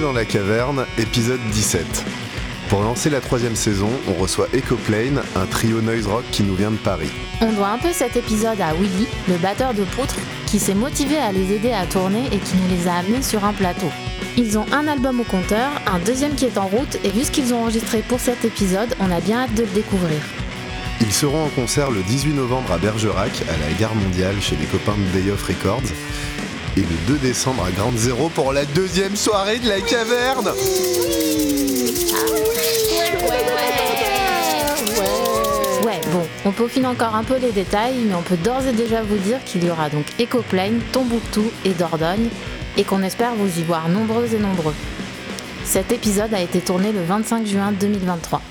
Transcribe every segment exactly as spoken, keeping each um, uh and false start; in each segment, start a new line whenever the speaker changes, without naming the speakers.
dans la caverne, épisode dix-sept. Pour lancer la troisième saison, on reçoit Ecoplane, un trio noise rock qui nous vient de Paris.
On doit un peu cet épisode à Willy, le batteur de Poutre, qui s'est motivé à les aider à tourner et qui nous les a amenés sur un plateau. Ils ont un album au compteur, un deuxième qui est en route, et vu ce qu'ils ont enregistré pour cet épisode, on a bien hâte de le découvrir.
Ils seront en concert le dix-huit novembre à Bergerac, à la Gare Mondiale, chez les copains de Day of Records, et le deux décembre à Grande Zéro pour la deuxième soirée de la caverne.
Ouais, bon, on peaufine encore un peu les détails, mais on peut d'ores et déjà vous dire qu'il y aura donc Ecoplane, Tombouctou et Dordogne, et qu'on espère vous y voir nombreux et nombreux. Cet épisode a été tourné le vingt-cinq juin deux mille vingt-trois.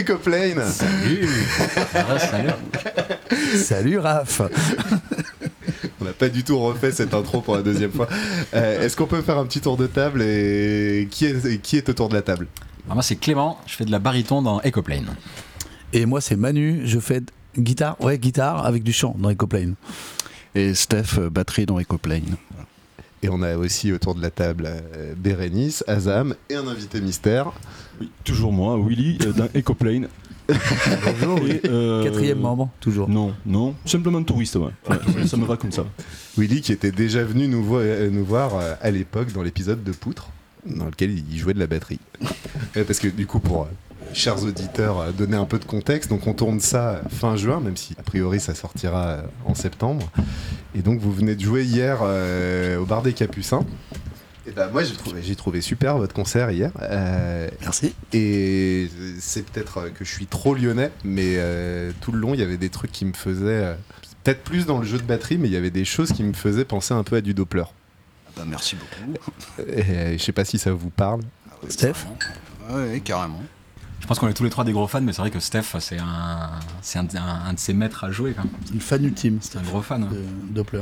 Ecoplane.
Salut. Ah, salut.
Salut Raph.
On n'a pas du tout refait cette intro pour la deuxième fois. Euh, est-ce qu'on peut faire un petit tour de table et qui est, qui est autour de la table?
Alors moi c'est Clément, je fais de la baryton dans Ecoplane.
Et moi c'est Manu, je fais guitare, ouais guitare avec du chant dans Ecoplane.
Et Steph, euh, batterie dans Ecoplane.
Et on a aussi autour de la table euh, Bérénice, Azam et un invité mystère.
Oui, toujours moi, Willy, euh, dans Ecoplane.
Bonjour,
Et, euh,
quatrième membre, toujours.
Non, non, simplement touriste, ouais. Ouais, ça me va comme ça.
Willy qui était déjà venu nous, vo- nous voir euh, à l'époque dans l'épisode de Poutre, dans lequel il jouait de la batterie. Euh, Parce que du coup, pour euh, chers auditeurs, euh, donner un peu de contexte, donc on tourne ça fin juin, même si a priori ça sortira euh, en septembre. Et donc vous venez de jouer hier euh, au Bar des Capucins. Et bah, moi j'ai trouvé, j'ai trouvé super votre concert hier. Euh,
Merci.
et c'est peut-être euh, que je suis trop lyonnais, mais euh, tout le long il y avait des trucs qui me faisaient, euh, peut-être plus dans le jeu de batterie, mais il y avait des choses qui me faisaient penser un peu à du Doppler.
Bah, merci beaucoup.
Et, euh, je sais pas si ça vous parle.
Steph.
Ouais, ouais, carrément.
Je pense qu'on est tous les trois des gros fans, mais c'est vrai que Steph c'est un, c'est un, un, un de ses maîtres à jouer quand même.
Le fan ultime,
C'est un gros fan. Hein.
de Doppler.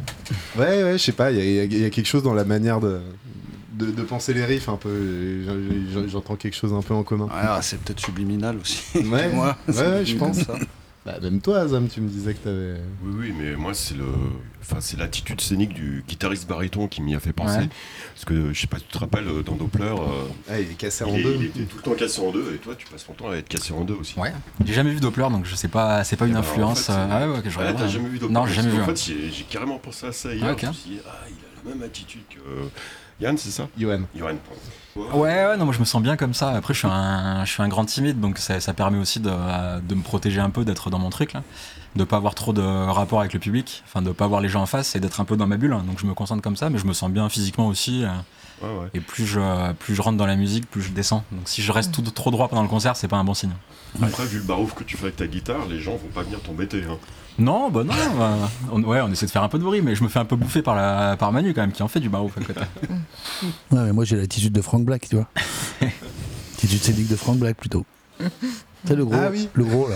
Ouais, ouais, je sais pas, il y, a- il y a quelque chose dans la manière de, de, de penser les riffs un peu. J'en- J'entends quelque chose un peu en commun.
Ouais, ah, c'est peut-être subliminal aussi.
Ouais,
Moi,
ouais,
c'est
ouais, je
comme
pense.
ça.
Bah, même toi, Azam, tu me disais que t'avais.
Oui, oui, mais moi, c'est le, enfin, c'est l'attitude scénique du guitariste baryton qui m'y a fait penser.
Ouais.
Parce que, je sais pas si tu te rappelles, dans Doppler, euh,
Ah, il est cassé en
il, est-
deux.
il était tout le temps cassé en deux, et toi, tu passes ton temps à être cassé en deux aussi.
Ouais. J'ai jamais vu Doppler donc je sais pas, c'est pas une
Eh ben,
influence.
en fait,
euh,
c'est-
ah ouais, ouais, que je
Ouais,
regarde.
t'as jamais vu Doppler?
Non, j'ai jamais vu.
En
hein.
fait, j'ai, j'ai carrément pensé à ça hier.
Ah, ok.
Je me suis dit, ah, il a la même attitude que Yann, c'est ça?
Johan.
Johan.
Ouais, ouais, non, moi je me sens bien comme ça. Après, je suis un, je suis un grand timide, donc ça, ça permet aussi de, euh, de me protéger un peu, d'être dans mon truc, là. De pas avoir trop de rapport avec le public, enfin de pas avoir les gens en face et d'être un peu dans ma bulle. Hein. Donc je me concentre comme ça, mais je me sens bien physiquement aussi. euh,
Ouais, ouais.
et plus je, plus je rentre dans la musique, plus je descends. Donc si je reste tout, trop droit pendant le concert, c'est pas un bon signe.
Après, vu le barouf que tu fais avec ta guitare, les gens vont pas venir t'embêter. Hein.
Non, bah non. euh, on, ouais, on essaie de faire un peu de bruit, mais je me fais un peu bouffer par, la, par Manu quand même, qui en fait du barouf à côté.
Ouais, mais moi j'ai l'attitude de Frank Black, tu vois. L'attitude scénique de Frank Black plutôt. C'est le gros,
Ah oui.
le gros là.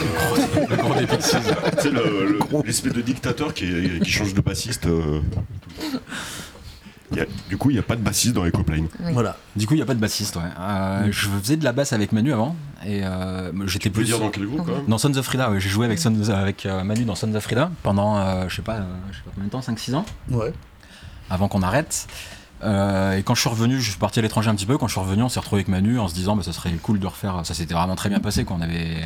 Le gros des Pixies.
Tu sais, le- le- l'espèce de dictateur qui, est- qui change de bassiste. euh, tout le temps. Il y a- du coup, il n'y a pas de bassiste dans Ecoplane.
Oui.
Voilà.
Du coup, il n'y a pas de bassiste, ouais. Euh, je faisais de la basse avec Manu avant, et euh, j'étais
Tu peux
plus.
dire dans quel groupe quand même?
Dans Sons of Frida, ouais, j'ai joué avec, Sons- avec euh, Manu dans Sons of Frida pendant, euh, je sais pas, euh, je sais pas combien de temps, cinq six ans,
Ouais.
avant qu'on arrête. Euh, et quand je suis revenu, je suis parti à l'étranger un petit peu. Quand je suis revenu, on s'est retrouvé avec Manu en se disant, bah, ça serait cool de refaire. Ça s'était vraiment très bien passé, quoi. On avait,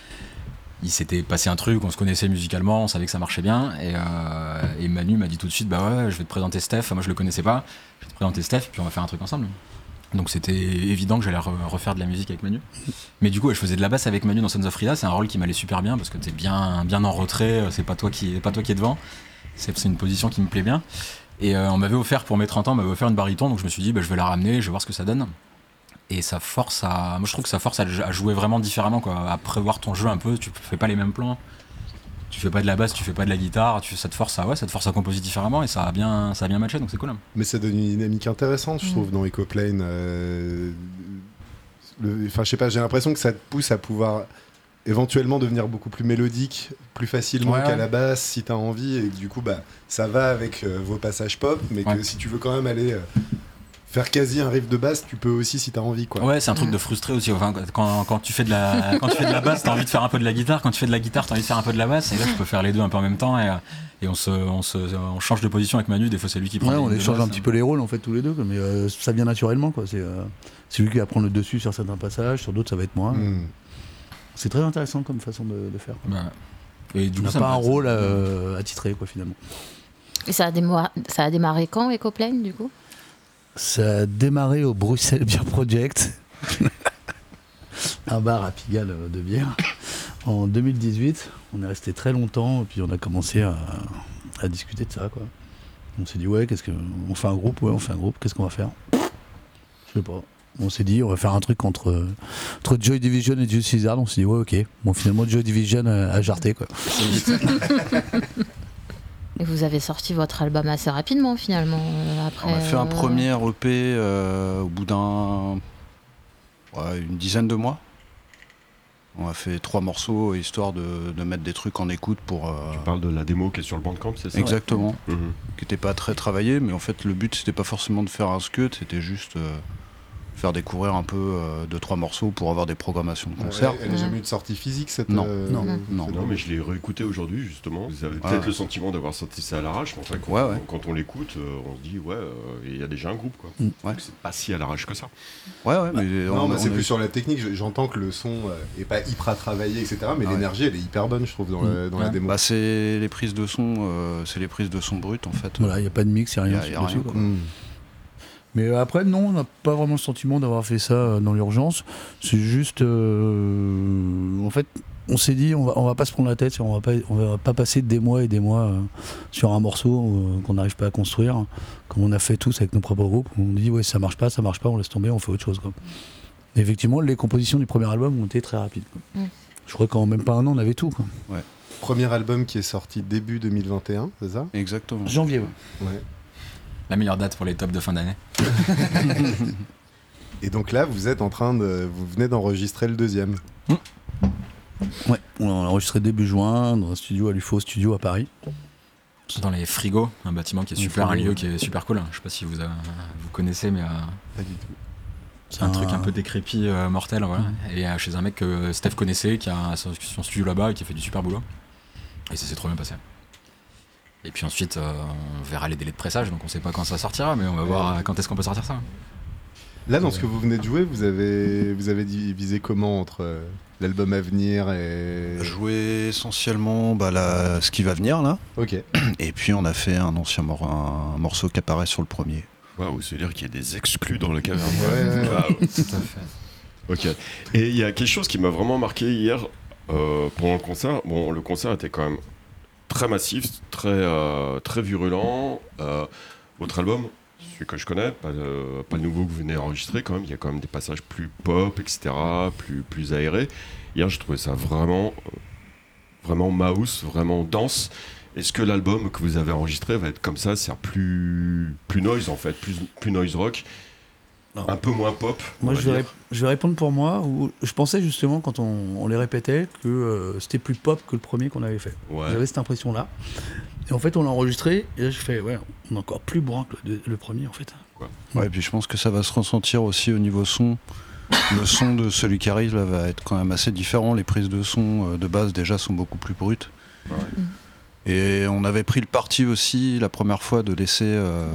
il s'était passé un truc, on se connaissait musicalement, on savait que ça marchait bien. Et, euh, et Manu m'a dit tout de suite, bah ouais, je vais te présenter Steph. Moi, je le connaissais pas. Je vais te présenter Steph, puis on va faire un truc ensemble. Donc c'était évident que j'allais re- refaire de la musique avec Manu. Mais du coup, ouais, je faisais de la basse avec Manu dans Sons of Frida. C'est un rôle qui m'allait super bien parce que t'es bien, bien en retrait. C'est pas toi qui, pas toi qui est devant. C'est, c'est une position qui me plaît bien. Et euh, on m'avait offert pour mes trente ans, on m'avait offert une baryton, donc je me suis dit bah, je vais la ramener, je vais voir ce que ça donne. Et ça force à, moi je trouve que ça force à, à jouer vraiment différemment, quoi, à prévoir ton jeu un peu. Tu fais pas les mêmes plans. Tu fais pas de la basse, tu fais pas de la guitare. Tu, ça te force à, ouais, ça te force à composer différemment et ça a bien, ça a bien matché, donc c'est cool. Hein.
Mais ça donne une dynamique intéressante, je
Mm.
trouve, dans Ecoplane. Euh, le- Enfin, je sais pas, j'ai l'impression que ça te pousse à pouvoir éventuellement devenir beaucoup plus mélodique, plus facilement
Ouais,
qu'à
ouais.
la basse, si t'as envie, et que du coup, bah, ça va avec euh, vos passages pop, mais
Ouais.
que si tu veux quand même aller euh, faire quasi un riff de basse, tu peux aussi si t'as envie, quoi.
Ouais, c'est un truc de frustré aussi. Enfin, quand, quand tu fais de la, quand tu fais de la basse, t'as envie de faire un peu de la guitare. Quand tu fais de la guitare, t'as envie de faire un peu de la basse. Et là, je peux faire les deux un peu en même temps. Et, euh, et on se, on se, on change de position avec Manu. Des fois, c'est lui qui prend.
Ouais,
les
on
lignes de
échange
basse.
un petit peu les rôles en fait tous les deux, quoi, mais euh, ça vient naturellement quoi. C'est euh, c'est lui qui va prendre le dessus sur certains passages, sur d'autres ça va être moi.
Mm.
C'est très intéressant comme façon de, de faire.
Ouais. Et du
Tu
coup,
n'as
ça
pas
me-
un rôle euh, attitré quoi finalement.
Et ça a, démo- ça a démarré quand, Ecoplane, du coup?
Ça a démarré au Bruxelles Beer Project, un bar à Pigalle euh, de bière, en deux mille dix-huit. On est resté très longtemps et puis on a commencé à, à discuter de ça quoi. On s'est dit ouais, qu'est-ce que on fait un groupe, ouais, on fait un groupe. Qu'est-ce qu'on va faire? Je sais pas. On s'est dit on va faire un truc entre entre Joy Division et Juice Caesar. On s'est dit ouais ok. Bon finalement Joy Division a, a jarté quoi.
Et vous avez sorti votre album assez rapidement, finalement, euh, après.
On a fait un
euh,
premier E P euh, au bout d'un. Ouais, une dizaine de mois. On a fait trois morceaux histoire de, de mettre des trucs en écoute pour. Euh...
Tu parles de la démo qui est sur le Bandcamp, c'est ça?
Exactement.
Mmh.
Qui n'était pas très travaillé, mais en fait le but c'était pas forcément de faire un scud, c'était juste euh, faire découvrir un peu euh, deux trois morceaux pour avoir des programmations de concerts.
Elle n'a jamais eu de sortie physique cette.
Non,
euh,
non,
non.
non.
Non, mais je l'ai réécouté aujourd'hui justement. Vous avez
Ouais,
peut-être
ouais.
le sentiment d'avoir sorti ça à l'arrache, mais en fait, quand,
Ouais, ouais.
quand on l'écoute, euh, on se dit ouais, euh, il y a déjà un groupe quoi.
Mm, ouais.
Donc, c'est pas si à l'arrache que ça.
Ouais, ouais, mais
Non,
on,
bah,
on
c'est
a
plus
eu-
sur la technique. Je- J'entends que le son euh, est pas hyper travaillé, et cetera. Mais
Ah ouais.
l'énergie, elle est hyper bonne, je trouve, dans, le- dans la
Ouais.
démo.
Bah, c'est les prises de son, euh, c'est les prises de son brutes en fait.
Voilà, il n'y a pas de mix, il n'y a
Y
rien
a- y a
dessus,
rien,
quoi.
quoi.
Mm.
Mais euh, après, non, on n'a pas vraiment le sentiment d'avoir fait ça euh, dans l'urgence. C'est juste. euh, en fait, on s'est dit, on va, on va pas se prendre la tête, on va pas, on va pas passer des mois et des mois euh, sur un morceau euh, qu'on n'arrive pas à construire, comme on a fait tous avec nos propres groupes. On dit, ouais, ça marche pas, ça marche pas, on laisse tomber, on fait autre chose, quoi. Et effectivement, les compositions du premier album ont été très rapides, quoi.
Mm.
Je crois qu'en même pas un an, on avait tout, quoi.
Premier album qui est sorti début deux mille vingt et un, c'est ça?
Exactement.
Janvier, ouais.
Ouais.
La meilleure date pour les tops de fin d'année.
Et donc là, vous êtes en train de, vous venez d'enregistrer le deuxième.
Ouais, on a enregistré début juin dans un studio à l'U F O Studio à Paris.
Dans les frigos, un bâtiment qui est
Les
super, un
frigos,
lieu
ouais.
qui est super cool. Je sais pas si vous, euh, vous connaissez, mais euh,
Pas du tout.
c'est un truc un peu décrépit, euh, mortel, voilà.
Mhm.
Et euh, chez un mec que Steph connaissait, qui a son son studio là-bas et qui a fait du super boulot. Et ça s'est trop bien passé. Et puis ensuite, euh, on verra les délais de pressage, donc on sait pas quand ça sortira, mais on va voir euh, quand est-ce qu'on peut sortir ça.
Là, dans ce que vous venez de jouer, vous avez, vous avez divisé comment entre euh, l'album à venir et.
Jouer essentiellement bah, la- ce qui va venir là,
Ok.
et puis on a fait un ancien mor- un morceau qui apparaît sur le premier.
Waouh, c'est-à-dire qu'il y a des exclus dans la caverne.
Ouais, ouais, ouais.
Waouh.
Tout à fait.
Ok. Et il y a quelque chose qui m'a vraiment marqué hier euh, pendant le concert. Bon, le concert était quand même très massif, très, euh, très virulent. Euh, votre album, celui que je connais, pas, euh, pas le nouveau que vous venez enregistrer quand même, il y a quand même des passages plus pop, et cetera, plus, plus aérés. Hier, je trouvais ça vraiment, euh, vraiment mouse, vraiment dense. Est-ce que l'album que vous avez enregistré va être comme ça, c'est plus, plus noise en fait, plus, plus noise rock,
Non.
un peu moins pop? on
Moi,
va
je vais,
dire.
rép- je vais répondre pour moi. Où je pensais justement, quand on, on les répétait, que euh, c'était plus pop que le premier qu'on avait fait.
Ouais.
J'avais cette impression-là. Et en fait, on l'a enregistré, et là, je fais, ouais, on est encore plus bourrin que le, le premier, en fait.
Ouais, et puis je pense que ça va se ressentir aussi au niveau son. Le son de celui qui arrive là va être quand même assez différent. Les prises de son euh, de base déjà sont beaucoup plus brutes.
Ouais.
Et on avait pris le parti aussi la première fois de laisser euh,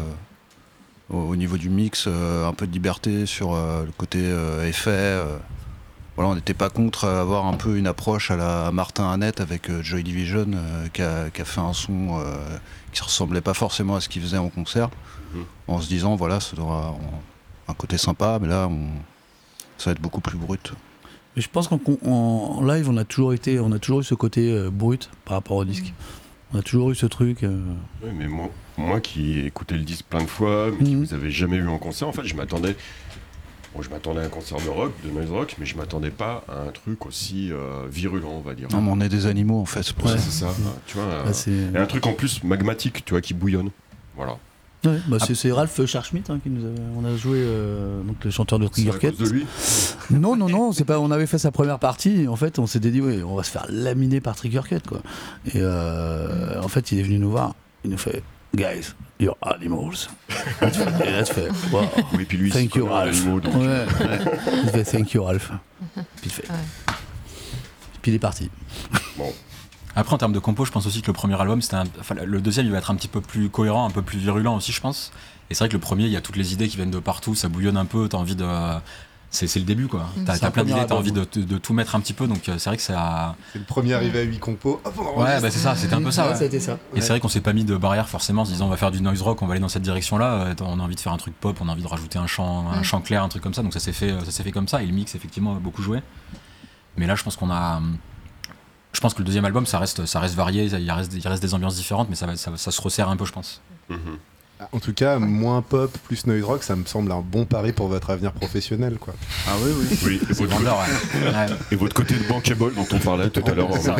au, au niveau du mix euh, un peu de liberté sur euh, le côté euh, effet. euh. Voilà, on n'était pas contre avoir un peu une approche à la Martin Hannett avec euh, Joy Division euh, qui, a, qui a fait un son euh, qui ressemblait pas forcément à ce qu'il faisait en concert,
Mhm.
en se disant voilà, ça aura un côté sympa, mais là on, ça va être beaucoup plus brut.
Mais je pense qu'en con- en, en live, on a toujours été, on a toujours eu ce côté euh, brut par rapport au disque. On a toujours eu ce truc. euh,
Oui, mais moi, moi qui ai écouté le disque plein de fois, mais qui
Mhm.
vous avez jamais vu en concert, en fait, je m'attendais. Bon, je m'attendais à un concert de rock, de noise rock, mais je m'attendais pas à un truc aussi euh, virulent, on va dire.
Non, mais on est des animaux en fait. c'est pour
Ouais,
ça.
c'est ça. Tu vois,
bah,
euh,
c'est
et un truc en plus magmatique, tu vois, qui bouillonne. Voilà.
ouais, bah, c'est- c'est Ralph Scharschmidt hein, qui nous avait, on a joué, euh, donc le chanteur de
C'est à
Trigger
cause de lui.
Non, non, non, c'est pas. On avait fait sa première partie. Et en fait, on s'était dit, oui, on va se faire laminer par Trigger Cut, quoi. Et euh, en fait, il est venu nous voir. Il nous fait, guys, you're animals. Et là, tu fais, wow.
Oui, puis lui,
Thank
il s'y
you,
connaît en
Ralph.
animaux, donc-
Ouais, ouais. Il fait, thank you, Ralph. Puis il fait.
Ouais.
Puis il est parti.
Bon.
Après, en termes de compo, je pense aussi que le premier album, c'était un- enfin, le deuxième, il va être un petit peu plus cohérent, un peu plus virulent aussi, je pense. Et c'est vrai que le premier, il y a toutes les idées qui viennent de partout, ça bouillonne un peu, t'as envie de. C'est c'est le début, quoi. T'as
C'est
t'as
un
plein
premier
d'idées, t'as
album,
envie de, de- de tout mettre un petit peu, donc euh, c'est vrai que ça.
C'est le premier arrivé à huit compos. Hop, on
Ouais,
enregistre.
bah c'est ça, c'était un peu ça.
Ouais,
ouais.
ça a été ça.
Et c'est vrai qu'on s'est pas mis de barrière forcément en se disant on va faire du noise rock, on va aller dans cette direction-là. Euh, On a envie de faire un truc pop, on a envie de rajouter un chant, un
Mm.
chant clair, un truc comme ça. Donc ça s'est fait, ça s'est fait comme ça. Et le mix effectivement a beaucoup joué. Mais là, je pense qu'on a, je pense que le deuxième album, ça reste, ça reste varié. Il reste, il reste des ambiances différentes, mais ça, va, ça, ça se resserre un peu, je pense.
Mhm.
En tout cas, moins pop, plus noise rock, ça me semble un bon pari pour votre avenir professionnel, quoi.
Ah oui, oui.
Oui, et
C'est
votre,
vendeur, ouais. Ouais.
et votre côté de bankable dont on parlait tout à l'heure.
C'est ça.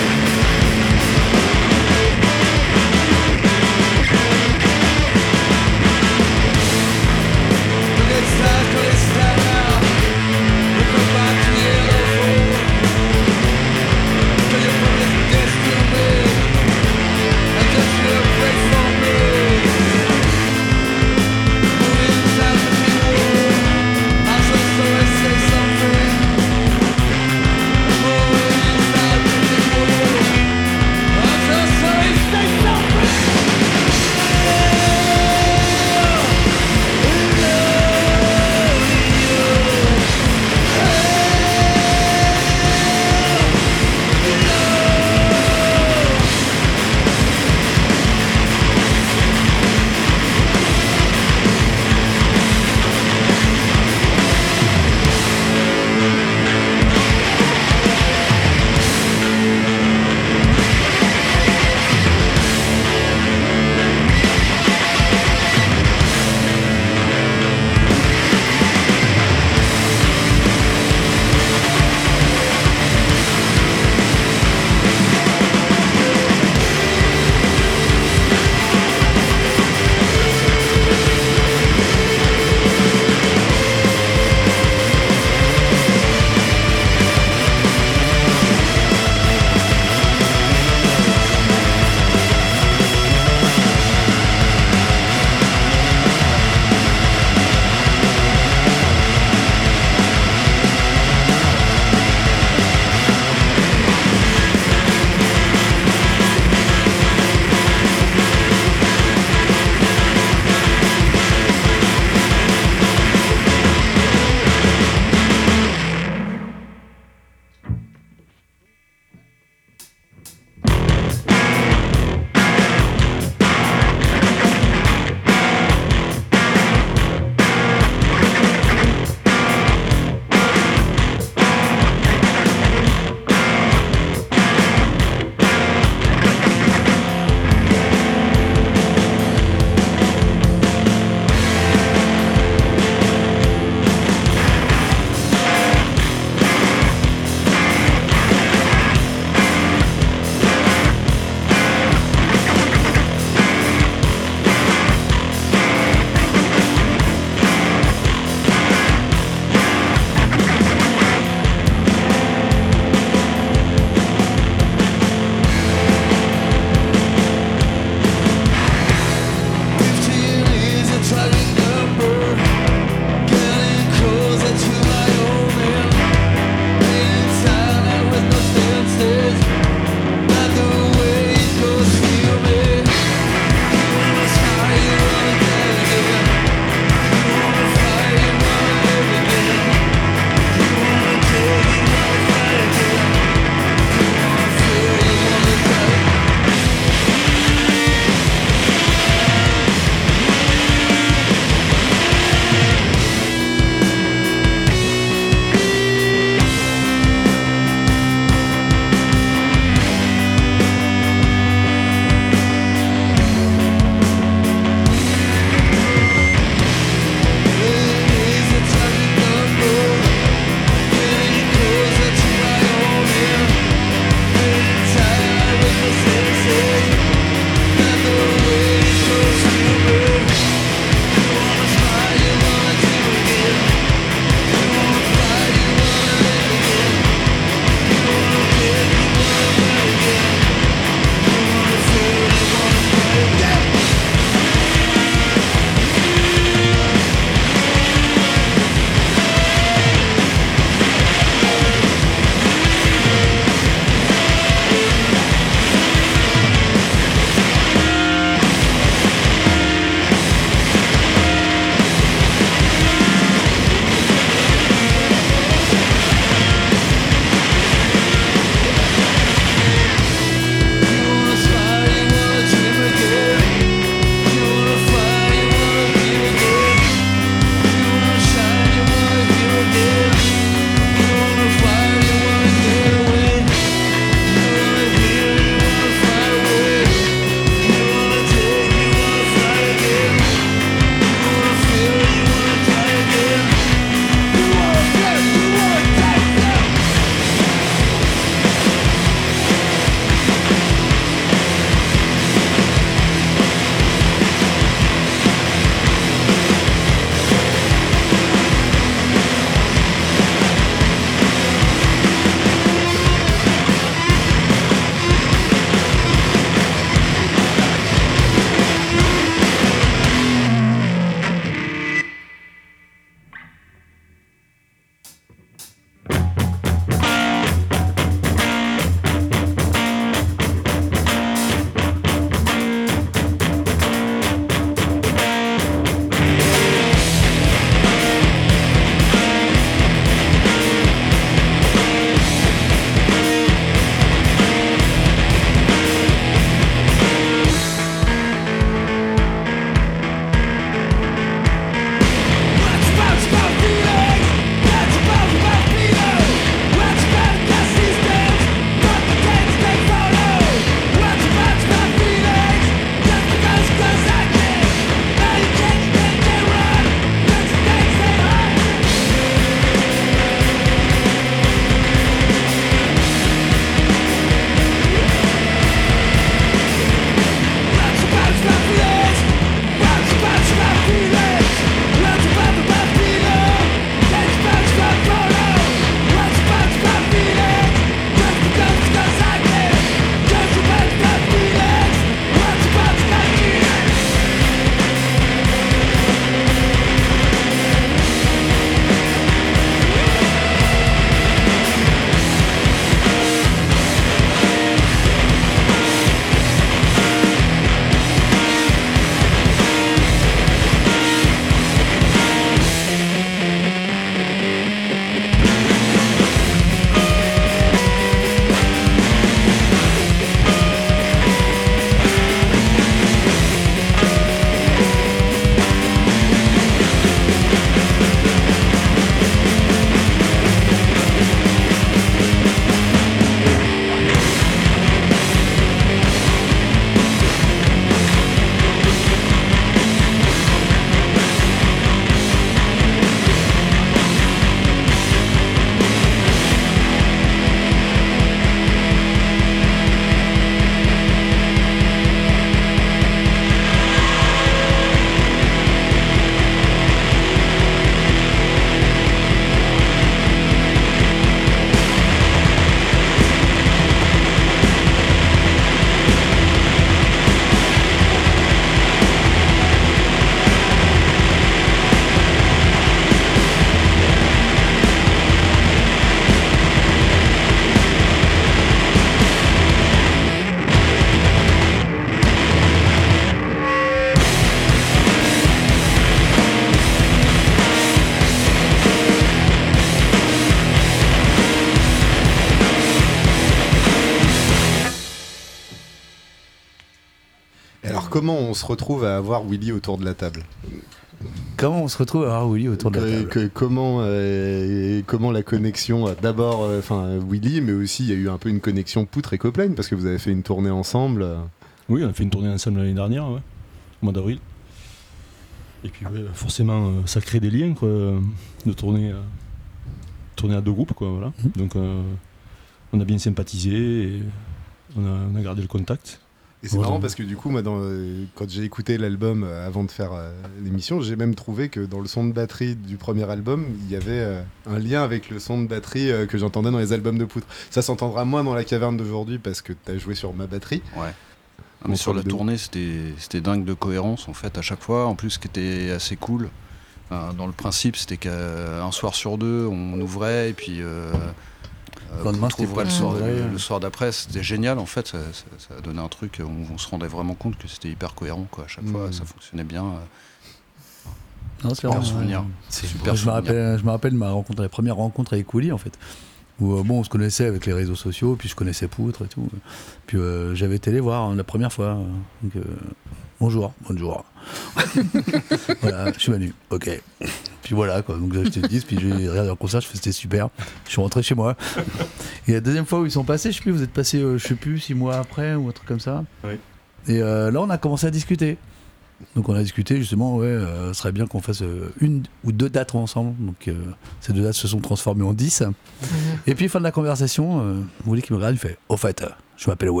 comment on se retrouve à avoir Willy autour de la table ?
Comment on se retrouve à avoir Willy autour de la
Que-
table
que- comment, euh, comment la connexion, euh, d'abord, enfin Willy, mais aussi il y a eu un peu une connexion Poutre et Coplaine parce que vous avez fait une tournée ensemble. euh.
Oui, on a fait une tournée ensemble l'année dernière, ouais, au mois d'avril. Et puis ouais, forcément, euh, ça crée des liens, quoi, euh, de tourner, euh, tourner à deux groupes, quoi, voilà.
Mhm.
Donc euh, on a bien sympathisé et on a, on a gardé le contact.
Et c'est
Ouais.
marrant parce que du coup, moi, dans, euh, quand j'ai écouté l'album euh, avant de faire euh, l'émission, j'ai même trouvé que dans le son de batterie du premier album, il y avait euh, un lien avec le son de batterie euh, que j'entendais dans les albums de Poutre. Ça s'entendra moins dans la caverne d'aujourd'hui parce que tu as joué sur ma batterie.
Ouais. Ah, mais
Bon,
sur la
les deux.
tournée, c'était c'était dingue de cohérence en fait à chaque fois. En plus, ce qui était assez cool, euh, dans le principe, c'était qu'un soir sur deux, on ouvrait et puis euh, euh,
Le lendemain,
Poutre
c'était
ouvrait le
pas
soir,
ouvrait.
le, le soir d'après. C'était génial en fait. Ça, ça, ça a donné un truc. On, on se rendait vraiment compte que c'était hyper cohérent quoi. À chaque fois,
Mm.
ça fonctionnait bien. euh,
Non, c'est
Super
vrai,
souvenir.
ouais.
C'est
Super
je, me
souvenir.
rappelle, je me rappelle de ma rencontre, la première rencontre avec Willy en fait. Où euh, bon, on se connaissait avec les réseaux sociaux, puis je connaissais Poutre et tout. Puis euh, j'avais été les voir hein, la première fois. euh, donc, euh, bonjour, bonjour. Voilà, je suis venu, ok. Puis voilà, quoi. Donc j'ai acheté le disque, puis j'ai regardé leur concert, je fais c'était super. Je suis rentré chez moi. Et la deuxième fois où ils sont passés, je sais plus, vous êtes passé, euh, je sais plus, six mois après ou un truc comme ça.
Oui.
Et euh, là, on a commencé à discuter. Donc on a discuté justement, ouais, euh, ce serait bien qu'on fasse euh, une ou deux dates ensemble. Donc euh, ces deux dates se sont transformées en dix. Et puis fin de la conversation, euh, Willy qui me regarde, il fait « Au fait, euh, je m'appelle Willy. »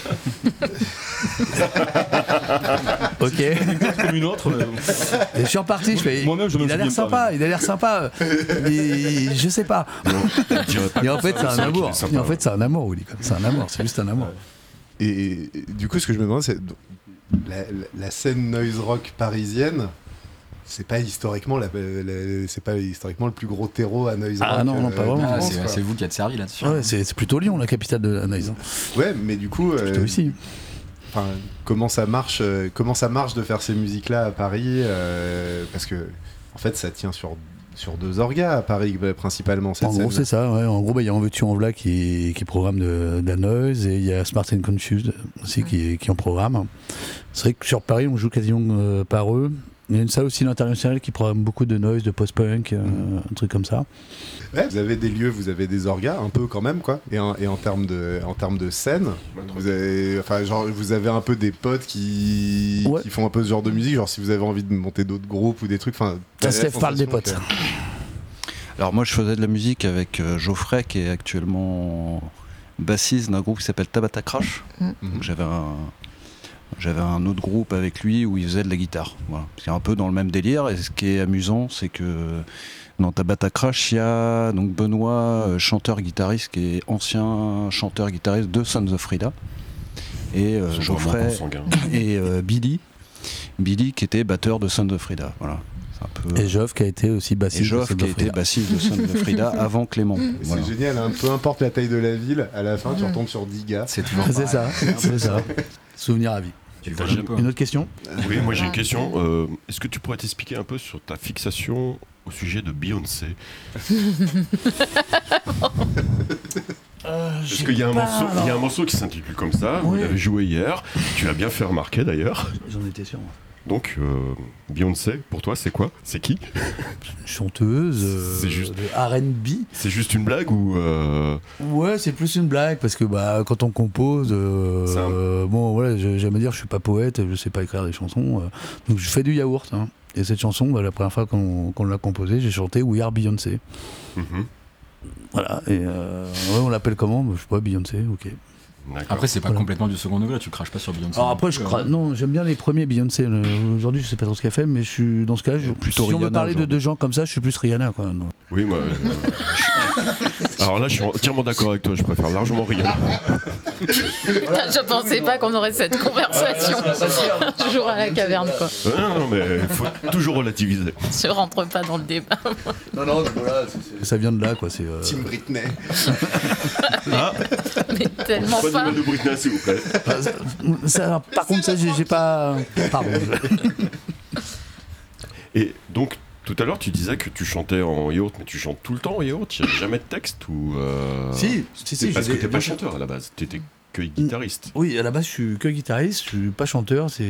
Ok.
Comme une autre. mais-
Et je suis reparti, je fais
Moi-même, je me
il a l'air
souviens pas,
sympa, il a l'air sympa. Mais je sais pas. Et en fait, c'est un amour. Et en fait, c'est un amour, Willy. quoi. C'est un amour, c'est juste un amour.
Et, et du coup, ce que je me demande, c'est la, la- la scène noise rock parisienne. C'est pas historiquement la, la- c'est pas historiquement le plus gros terreau à noise rock.
Ah non, non, pas
de
vraiment.
Ah,
France,
c'est
quoi.
c'est vous qui êtes servi là-dessus.
Ouais, c'est c'est plutôt Lyon, la capitale de la noise. hein.
Ouais, mais du coup, euh,
Plutôt ici.
enfin, comment ça marche euh, comment ça marche de faire ces musiques là à Paris euh, parce que en fait ça tient sur sur deux orgas à Paris euh, principalement cette
En gros,
scène.
c'est ça. Ouais. En gros, bah, il y a En Veux-tu, En V'là qui, qui programme de, de la noise et il y a Smart and Confused aussi qui, qui en programme. C'est vrai que sur Paris, on joue quasiment euh, par eux. Il y a une salle aussi internationale qui programme beaucoup de noise, de post-punk, euh, un truc comme ça.
Ouais, vous avez des lieux, vous avez des orgas un peu quand même quoi. Et en, et en termes de en termes de scène, vous avez enfin genre vous avez un peu des potes qui
Ouais.
qui font un peu ce genre de musique, genre si vous avez envie de monter d'autres groupes ou des trucs, enfin.
Ça
t'as
se
la
lève parle des
sensation
potes.
que-
Alors moi, je faisais de la musique avec euh, Geoffrey, qui est actuellement bassiste d'un groupe qui s'appelle Tabata Crash.
Mhm.
Donc j'avais un j'avais un autre groupe avec lui où il faisait de la guitare. Voilà. C'est un peu dans le même délire. Et ce qui est amusant, c'est que dans Tabata Crash, il y a donc Benoît, euh, chanteur-guitariste, qui est ancien chanteur-guitariste de Sons of Frida, et euh,
Ils sont
Geoffrey
vraiment consanguins.
et euh, Billy, Billy qui était batteur de Sons of Frida. Voilà. C'est un peu.
Et Geoff qui a été aussi bassiste.
Et Geoff
de
qui a
Sons of
été
Frida.
bassiste de Sons of Frida avant Clément.
Et
Voilà.
C'est génial, hein, peu importe la taille de la ville, à la fin tu retombes sur dix gars.
C'est toujours
C'est ça, c'est ça. Souvenir à vie.
Tu le vois un peu.
Une autre question?
Oui, moi j'ai une question. Euh, Est-ce que tu pourrais t'expliquer un peu sur ta fixation au sujet de Beyoncé? Parce qu'il y, a un morceau- il y a un morceau qui s'intitule comme ça, vous
Oui.
l'avez joué hier, tu l'as bien fait remarquer d'ailleurs.
J'en étais sûr. moi.
Donc, euh, Beyoncé, pour toi, c'est quoi? C'est qui?
Une chanteuse euh,
C'est juste-
de R and B.
C'est juste une blague ou... euh,
Ouais, c'est plus une blague parce que bah, quand on compose, euh,
C'est un-
euh, bon voilà, je- j'aime dire je suis pas poète, je sais pas écrire des chansons, euh, donc je fais du yaourt. hein. Et cette chanson, bah, la première fois qu'on qu'on l'a composée, j'ai chanté We Are Beyoncé.
mhm,
Voilà, et euh, ouais, on l'appelle comment? Bah, je sais pas, Beyoncé, ok.
d'accord.
Après, c'est pas
Voilà.
complètement du second degré, tu craches pas sur Beyoncé.
Alors après, je crois, non, j'aime bien les premiers Beyoncé. le- Aujourd'hui, je sais pas trop ce qu'elle fait, mais je suis dans ce cas, je,
Plutôt
si on veut
Rihanna,
parler de
genre.
deux gens comme ça, je suis plus Rihanna, quoi. Non.
Oui, moi... euh, je- Alors là, je suis entièrement d'accord avec toi, je préfère largement Rihanna.
Je pensais pas qu'on aurait cette conversation. Toujours à la caverne, quoi.
Euh, Non, non, mais il faut toujours relativiser.
Je rentre pas dans le débat.
Non, non, voilà, ça vient de là, quoi. C'est. euh,
Team Britney.
Ah,
Mais tellement
pas de
pas.
nouvelles de Britney, s'il vous plaît.
ça- ça- par contre, ça, j'ai j'ai pas. Pardon.
Et donc, tout à l'heure, tu disais que tu chantais en yaourt, mais tu chantes tout le temps en yaourt? Il n'y a jamais de texte ou... euh,
Si, si, si.
Parce
j'ai
que
des-
t'es pas
bien sûr.
chanteur à la base, t'étais que guitariste.
Oui, à la base, je suis que guitariste, je suis pas chanteur. C'est,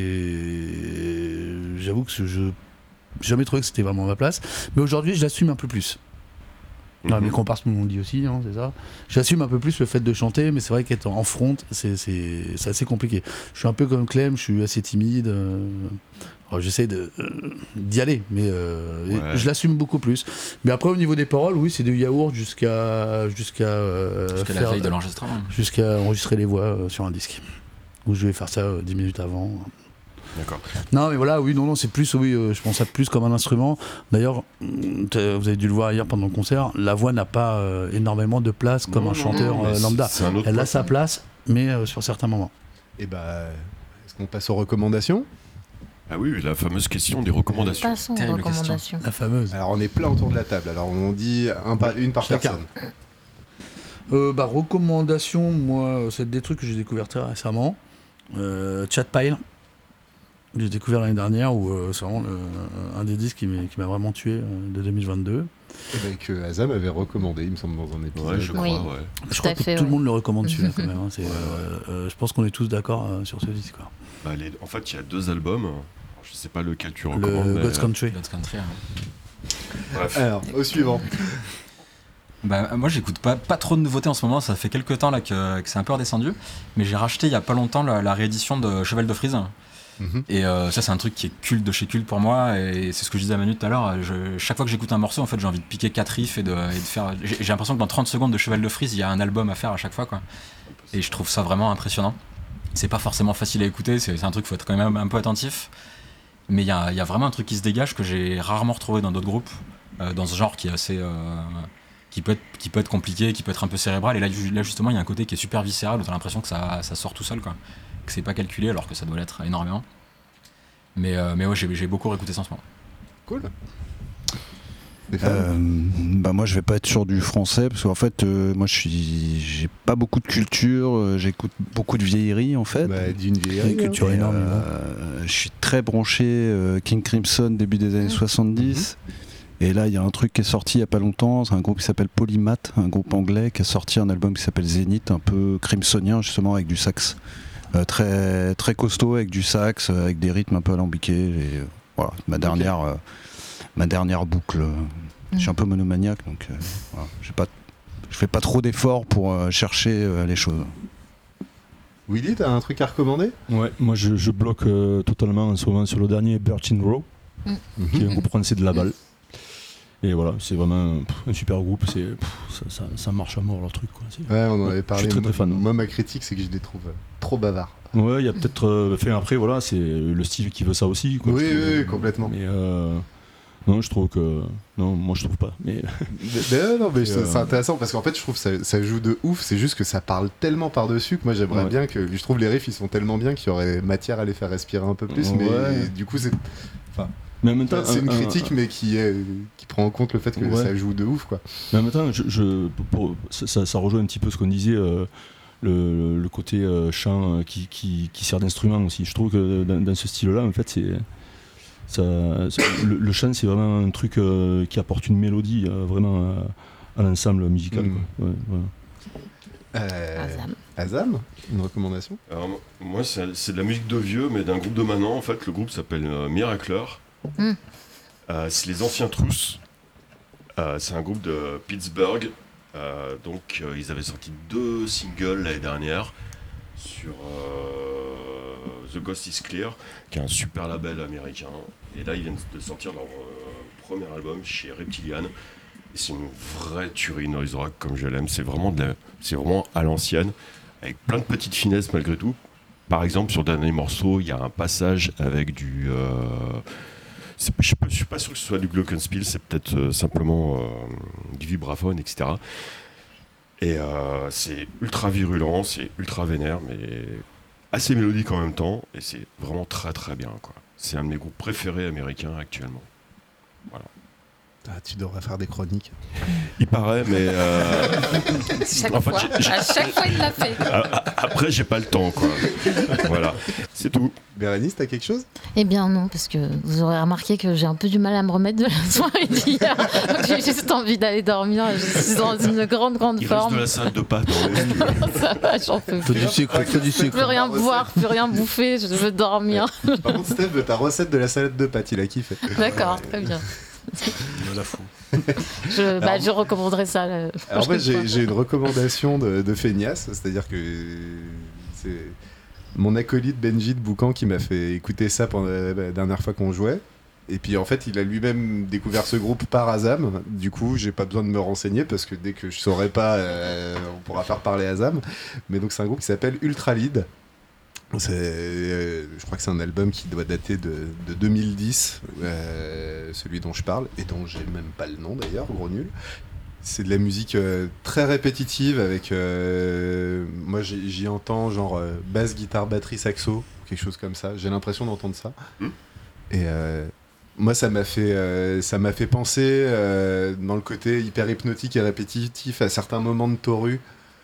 j'avoue que je j'ai jamais trouvé que c'était vraiment ma place. Mais aujourd'hui, je l'assume un peu plus. Non, mes comparses m'ont dit aussi, hein, c'est ça. J'assume un peu plus le fait de chanter, mais c'est vrai qu'être en front, c'est, c'est, c'est assez compliqué. Je suis un peu comme Clem, je suis assez timide. Euh... Alors, j'essaie de, euh, d'y aller, mais euh,
Ouais.
je l'assume beaucoup plus. Mais après, au niveau des paroles, oui, c'est du yaourt jusqu'à jusqu'à euh,
Jusqu'à la
faire-
veille de l'enregistrement.
jusqu'à enregistrer les voix euh, sur un disque. Où je vais faire ça euh, dix minutes avant.
D'accord.
Non, mais voilà, oui, non, non, c'est plus, oui, euh, je pense ça plus comme un instrument. D'ailleurs, mm, t'as- vous avez dû le voir hier pendant le concert, la voix n'a pas euh, énormément de place comme
Non,
un
non,
chanteur
mais
euh,
c'est-
lambda.
c'est un autre
Elle a
point.
sa place, mais euh, sur certains moments.
Et bah, est-ce qu'on passe aux recommandations?
Ah oui, la fameuse question des recommandations.
Passons aux
Terrible
recommandations.
La fameuse.
Alors on est plein autour de la table, alors on dit un par- une par
Chacun.
personne.
Euh, bah, recommandation, moi, c'est des trucs que j'ai découvert très récemment. Euh, Chatpile, que j'ai découvert l'année dernière, où euh, c'est vraiment le- un des disques qui m'a, qui m'a vraiment tué euh, de deux mille vingt-deux.
Et ben, que Azam avait recommandé, il me semble, dans un épisode.
Ouais, je crois,
Oui.
ouais.
Je
Tout
crois
à
que
fait,
tout le
ouais.
monde le recommande celui-là quand même. hein. C'est, euh, euh, je pense qu'on est tous d'accord euh, sur ce disque. Quoi.
Bah, les- En fait, il y a deux albums. Alors, je sais pas lequel tu recommandes.
Le
mais-
God's Country.
God's Country, hein.
Bref.
Alors, au suivant.
Bah, moi j'écoute pas, pas trop de nouveautés en ce moment, ça fait quelques temps là que, que c'est un peu redescendu, mais j'ai racheté il y a pas longtemps la, la réédition de Cheval de Frise.
Mhm.
Et euh, ça c'est un truc qui est culte de chez culte pour moi, et c'est ce que je disais à Manu tout à l'heure, je- chaque fois que j'écoute un morceau en fait j'ai envie de piquer quatre riffs et de, et de faire... J'ai, j'ai l'impression que dans trente secondes de Cheval de Frise il y a un album à faire à chaque fois quoi. Et je trouve ça vraiment impressionnant. C'est pas forcément facile à écouter, c'est, c'est un truc, faut être quand même un peu attentif, mais il y a, il y a vraiment un truc qui se dégage que j'ai rarement retrouvé dans d'autres groupes, euh, dans ce genre qui est assez... euh, qui peut, être, qui peut être compliqué, qui peut être un peu cérébral, et là, ju- là justement il y a un côté qui est super viscéral où t'as l'impression que ça, ça sort tout seul quoi. Que c'est pas calculé alors que ça doit l'être énormément. Mais, euh, mais ouais, j'ai, j'ai beaucoup réécouté ça en ce moment.
Cool. Stéphane.
Euh, bah moi je vais pas être sur du français parce qu'en fait euh, moi je suis j'ai pas beaucoup de culture, euh, j'écoute beaucoup de vieilleries en fait.
Bah, d'une
Une
vieillerie.
culture
Et,
énorme.
euh, je suis très branché euh, King Crimson début des années soixante-dix. Et là il y a un truc qui est sorti il y a pas longtemps, c'est un groupe qui s'appelle Polymath, un groupe anglais qui a sorti un album qui s'appelle Zénith, un peu crimsonien justement avec du sax. Euh, très, très costaud avec du sax, euh, avec des rythmes un peu alambiqués. Et, euh, voilà, ma dernière, euh, ma dernière boucle. euh, Je suis un peu monomaniaque, donc euh, voilà, j'ai pas, je fais pas trop d'efforts pour euh, chercher euh, les choses.
Willy, t'as un truc à recommander?
Ouais, moi je, je bloque euh, totalement en ce moment sur le dernier Birchin Row, qui est un groupe français de Laval. Et voilà, c'est vraiment pff, un super groupe, c'est, pff, ça, ça, ça marche à mort leur truc. Quoi. C'est-
Ouais, on en avait parlé.
Je suis très,
moi,
très fan.
moi, ma critique, c'est que je les trouve euh, trop bavards.
Ouais, il y a peut-être. Euh, fait après, voilà, c'est le style qui veut ça aussi. Quoi,
Oui,
je trouve.
oui, oui, complètement.
Mais euh, non, je trouve que. Non, moi je trouve pas. Mais
Mais, mais non, mais
Et,
c'est
euh,
c'est intéressant parce qu'en fait, je trouve que ça, ça joue de ouf. C'est juste que ça parle tellement par-dessus que moi, j'aimerais
Ouais.
bien que. Je trouve les riffs, ils sont tellement bien qu'il y aurait matière à les faire respirer un peu plus. Mais
Ouais.
du coup, c'est
mais en même temps,
c'est une
un- un-
critique, mais qui, est, qui prend en compte le fait que
Ouais.
ça joue de ouf, quoi.
Mais en même temps, je, je- pour- ça, ça- ça rejoint un petit peu ce qu'on disait, euh, le, le côté euh, chant euh, qui, qui- qui sert d'instrument aussi. Je trouve que dans, dans ce style-là, en fait, c'est, ça, c'est- le, le chant, c'est vraiment un truc euh, qui apporte une mélodie euh, vraiment à, à l'ensemble musical.
Mm.
Quoi. Ouais, voilà.
Euh,
Azam.
Azam, une recommandation?
Alors, moi, c'est c'est de la musique de vieux, mais d'un groupe de maintenant. En fait, le groupe s'appelle euh, Miracler.
Mm.
Euh, c'est les anciens Trousses. Euh, c'est un groupe de Pittsburgh. Euh, donc, euh, ils avaient sorti deux singles l'année dernière sur euh, The Ghost is Clear, qui est un super label américain. Et là, ils viennent de sortir leur euh, premier album chez Reptilian. Et c'est une vraie tuerie noise rock comme je l'aime. C'est vraiment, de la- c'est vraiment à l'ancienne, avec plein de petites finesses malgré tout. Par exemple, sur le dernier morceau, il y a un passage avec du. Euh, c'est- je ne suis pas sûr que ce soit du glockenspiel, c'est peut-être euh, simplement euh, du vibraphone, et cetera. Et euh, c'est ultra virulent, c'est ultra vénère, mais assez mélodique en même temps. Et c'est vraiment très très bien, quoi. C'est un de mes groupes préférés américains actuellement. Voilà.
Ah, tu devrais faire des chroniques.
Il paraît, mais euh,
Chaque
en fait,
fois,
j'ai- j'ai-
à chaque fois, il l'a fait.
a- a- après j'ai pas le temps quoi. Voilà, c'est tout.
Bérénice, t'as quelque chose?
Eh bien non, parce que vous aurez remarqué que j'ai un peu du mal à me remettre de la soirée d'hier. Donc j'ai juste envie d'aller dormir. Je suis dans une grande, grande
Il reste
forme.
de la salade de pâtes.
Ça va, j'en peux
Faut
plus.
du sucre, faut du sucre.
Plus rien boire, plus rien bouffer, je veux dormir.
Par contre, Steph veut ta recette de la salade de pâtes, il a kiffé.
D'accord, très bien.
Il la fout.
Je, bah,
Alors-
je recommanderais ça. La
Alors moi,
prochaine fois.
j'ai j'ai une recommandation de, de feignasse, c'est-à-dire que c'est mon acolyte Benji de Boucan qui m'a fait écouter ça pendant la dernière fois qu'on jouait. Et puis en fait, il a lui-même découvert ce groupe par Azam. Du coup, j'ai pas besoin de me renseigner parce que dès que je saurai pas, euh, on pourra faire parler Azam. Mais donc c'est un groupe qui s'appelle Ultralead. C'est, euh, je crois que c'est un album qui doit dater de, de deux mille dix, euh, celui dont je parle, et dont j'ai même pas le nom d'ailleurs, gros nul. C'est de la musique euh, très répétitive avec, euh, moi j'y, j'y entends genre euh, basse, guitare, batterie, saxo, quelque chose comme ça. J'ai l'impression d'entendre ça.
Mm.
Et euh, moi ça m'a fait, euh, ça m'a fait penser euh, dans le côté hyper hypnotique et répétitif à certains moments de Toru.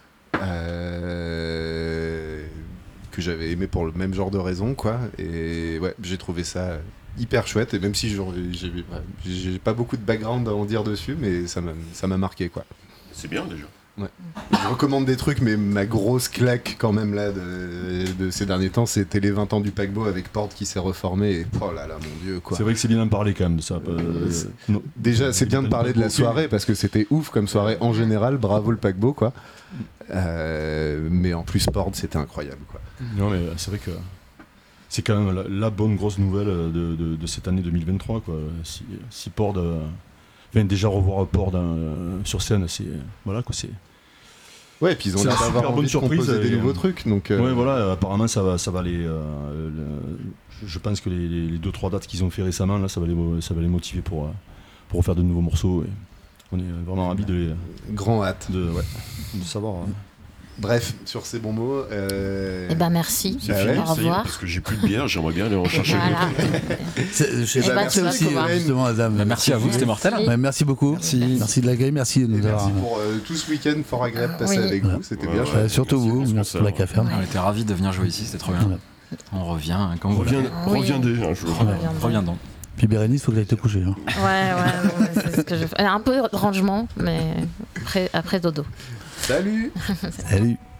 Euh, que j'avais aimé pour le même genre de raison, quoi. Et ouais, j'ai trouvé ça hyper chouette. Et même si genre, j'ai, ouais, j'ai pas beaucoup de background à en dire dessus, mais ça m'a, ça m'a marqué, quoi.
C'est bien déjà.
Je recommande des trucs, mais ma grosse claque quand même là de, de ces derniers temps, c'était les vingt ans du paquebot avec Porte qui s'est reformé. Et oh là là, mon dieu, quoi.
C'est vrai que c'est bien d'en parler quand même de ça. Euh, non.
Déjà, c'est bien de parler de la soirée parce que c'était ouf comme soirée en général. Bravo le paquebot, quoi. Euh, mais en plus, Porte, c'était incroyable, quoi.
Non, mais c'est vrai que c'est quand même la, la bonne grosse nouvelle de, de, de cette année deux mille vingt-trois, quoi. Si, si Pord euh, vient déjà revoir Pord euh, sur scène, c'est voilà quoi, c'est.
Ouais, et puis ils ont
C'est
l'air
une
d'avoir
super
envie
bonne
de
surprise,
composer des
et,
nouveaux
euh,
trucs. Donc, euh,
Ouais, voilà. Apparemment, ça va, ça va les. euh, le- je pense que les, les, les deux trois dates qu'ils ont fait récemment, là, ça va les, mo- ça va les motiver pour euh, pour refaire de nouveaux morceaux. Et on est vraiment ravis de les,
grand hâte.
de, ouais, de savoir. hein.
Bref, sur ces bons mots. Euh...
Eh ben merci.
C'est
Bah
fini,
ouais.
Au
ça y est,
revoir.
parce que j'ai plus de bière, j'aimerais bien aller en chercher.
Voilà.
C'est- Je sais
Eh
pas,
ben,
merci
tu vas
aussi,
pouvoir.
justement, Adam.
Bah, merci à vous, c'était mortel.
Merci.
Ouais, merci beaucoup.
Merci.
Merci de l'accueil, merci de
Et
nous avoir.
merci pour euh, tout ce week-end fort agréable passé
Oui.
avec
Ouais.
vous, c'était
Ouais,
bien
ouais.
chouette.
Euh, surtout
Merci
vous,
pour ce
merci pour la
concert.
café.
On était ravis de venir jouer ici, c'était trop bien.
Voilà.
On revient hein, quand vous voulez.
Reviens,
Oui.
reviendez un jour.
Reviendrai.
Reviens donc.
Puis Bérénice, faut que j'aille te coucher. hein.
Ouais, ouais, non, mais c'est ce que je fais. Un peu de rangement, mais après, après dodo.
Salut.
Salut.